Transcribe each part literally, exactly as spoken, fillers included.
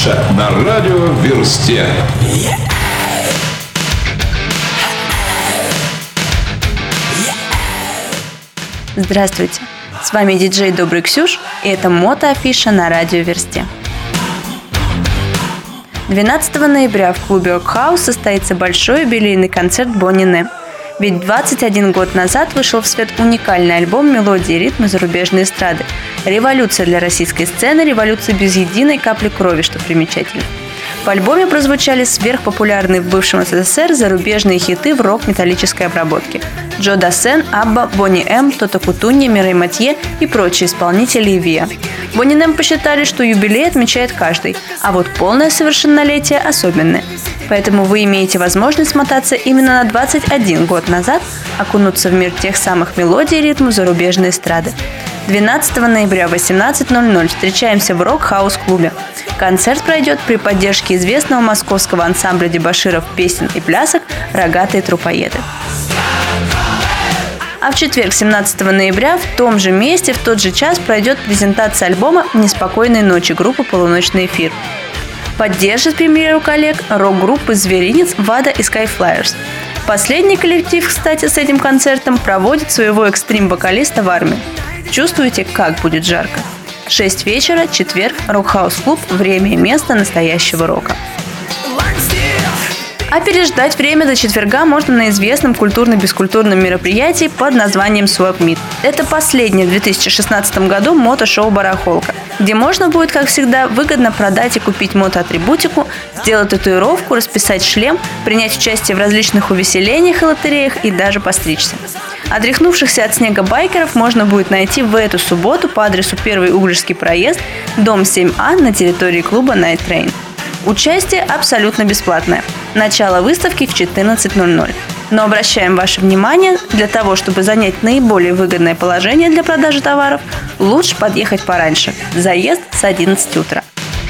Мотоафиша на радио Версте. Здравствуйте, с вами диджей Добрый Ксюш, и это Мотоафиша на радио Версте. двенадцатого ноября в клубе Рокхаус состоится большой юбилейный концерт Boney M. Ведь двадцать один год назад вышел в свет уникальный альбом «Мелодии и ритмы зарубежной эстрады». Революция для российской сцены, революция без единой капли крови, что примечательно. В альбоме прозвучали сверхпопулярные в бывшем СССР зарубежные хиты в рок-металлической обработке. Джо Дассен, Абба, Boney M, Тото Кутунья, Мирей Матье и прочие исполнители и Виа. Boney M посчитали, что юбилей отмечает каждый, а вот полное совершеннолетие особенное. Поэтому вы имеете возможность смотаться именно на двадцать один год назад, окунуться в мир тех самых мелодий и ритмов зарубежной эстрады. двенадцатого ноября в восемнадцать ноль ноль встречаемся в Рок-хаус-клубе. Концерт пройдет при поддержке известного московского ансамбля дебоширов песен и плясок «Рогатые трупоеды». А в четверг, семнадцатого ноября, в том же месте, в тот же час пройдет презентация альбома «Неспокойной ночи» группы «Полуночный эфир». Поддержит премьеру коллег рок-группы «Зверинец», «Вада» и «Skyflyers». Последний коллектив, кстати, с этим концертом проводит своего экстрим-вокалиста в армии. Чувствуете, как будет жарко? шесть вечера, четверг, Рок-хаус-клуб, время и место настоящего рока. А переждать время до четверга можно на известном культурно-бескультурном мероприятии под названием Swap Meet. Это последнее в две тысячи шестнадцатом году мото-шоу «Барахолка», где можно будет, как всегда, выгодно продать и купить мотоатрибутику, сделать татуировку, расписать шлем, принять участие в различных увеселениях и лотереях и даже постричься. Отряхнувшихся от снега байкеров можно будет найти в эту субботу по адресу Первый Углежский проезд, дом семь А на территории клуба Night Train. Участие абсолютно бесплатное. Начало выставки в четырнадцать ноль ноль. Но обращаем ваше внимание, для того, чтобы занять наиболее выгодное положение для продажи товаров, лучше подъехать пораньше. Заезд с одиннадцати утра.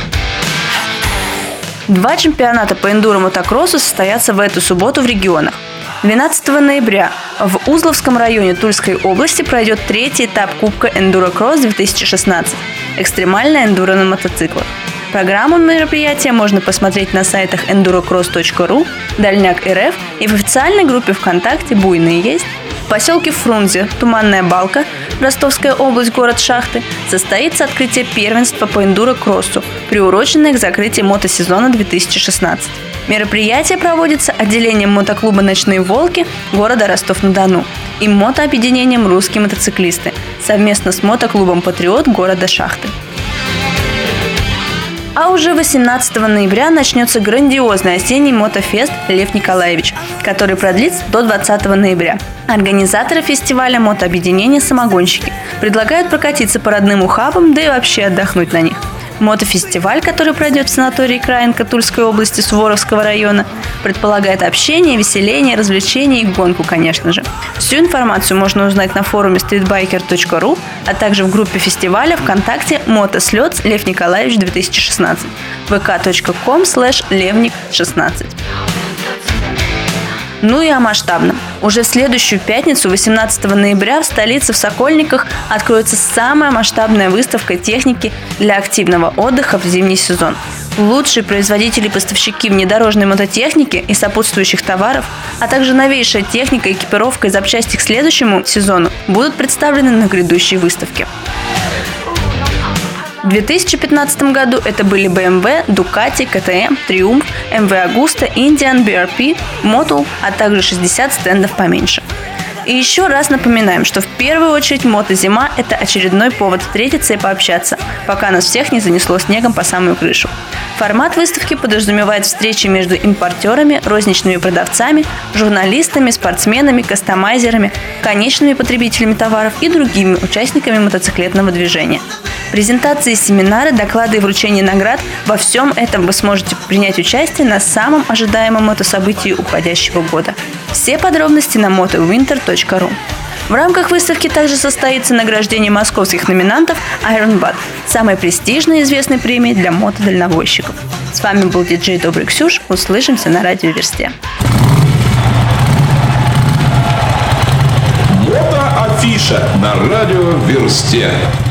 Два чемпионата по эндуро-мотокроссу состоятся в эту субботу в регионах. двенадцатого ноября в Узловском районе Тульской области пройдет третий этап Кубка Эндуро-кросс две тысячи шестнадцать – экстремальная эндуро на мотоциклах. Программу мероприятия можно посмотреть на сайтах эндурокросс точка ру, Дальняк точка эр эф и в официальной группе ВКонтакте «Буйные есть». В поселке Фрунзе, Туманная Балка, Ростовская область, город Шахты, состоится открытие первенства по эндуро-кроссу, приуроченное к закрытию мотосезона две тысячи шестнадцать. Мероприятие проводится отделением мотоклуба «Ночные волки» города Ростов-на-Дону и мотообъединением «Русские мотоциклисты» совместно с мотоклубом «Патриот» города Шахты. А уже восемнадцатого ноября начнется грандиозный осенний мотофест «Лев Николаевич», который продлится до двадцатого ноября. Организаторы фестиваля мотообъединения «Самогонщики» предлагают прокатиться по родным ухабам, да и вообще отдохнуть на них. Мотофестиваль, который пройдет в санатории Краинка Тульской области Суворовского района, предполагает общение, веселение, развлечения и гонку, конечно же. Всю информацию можно узнать на форуме стритбайкер точка ру, а также в группе фестиваля ВКонтакте «Мотослет Лев Николаевич две тысячи шестнадцать» вэ ка точка ком слэш левник шестнадцать. Ну и о масштабном. Уже в следующую пятницу, восемнадцатого ноября, в столице в Сокольниках откроется самая масштабная выставка техники для активного отдыха в зимний сезон. Лучшие производители и поставщики внедорожной мототехники и сопутствующих товаров, а также новейшая техника, экипировка и запчасти к следующему сезону будут представлены на грядущей выставке. В две тысячи пятнадцатом году это были бэ эм вэ, Ducati, ка тэ эм, Triumph, эм вэ Agusta, Indian, би ар пи, Motul, а также шестьдесят стендов поменьше. И еще раз напоминаем, что в первую очередь мотозима – это очередной повод встретиться и пообщаться, пока нас всех не занесло снегом по самую крышу. Формат выставки подразумевает встречи между импортерами, розничными продавцами, журналистами, спортсменами, кастомайзерами, конечными потребителями товаров и другими участниками мотоциклетного движения. Презентации, семинары, доклады и вручение наград – во всем этом вы сможете принять участие на самом ожидаемом мотособытии уходящего года. Все подробности на мотовинтер точка ру. В рамках выставки также состоится награждение московских номинантов Iron Butt, самой престижной и известной премии для мотодальнобойщиков. С вами был диджей Добрый Ксюш. Услышимся на радио Версте. Мотоафиша на радио Версте.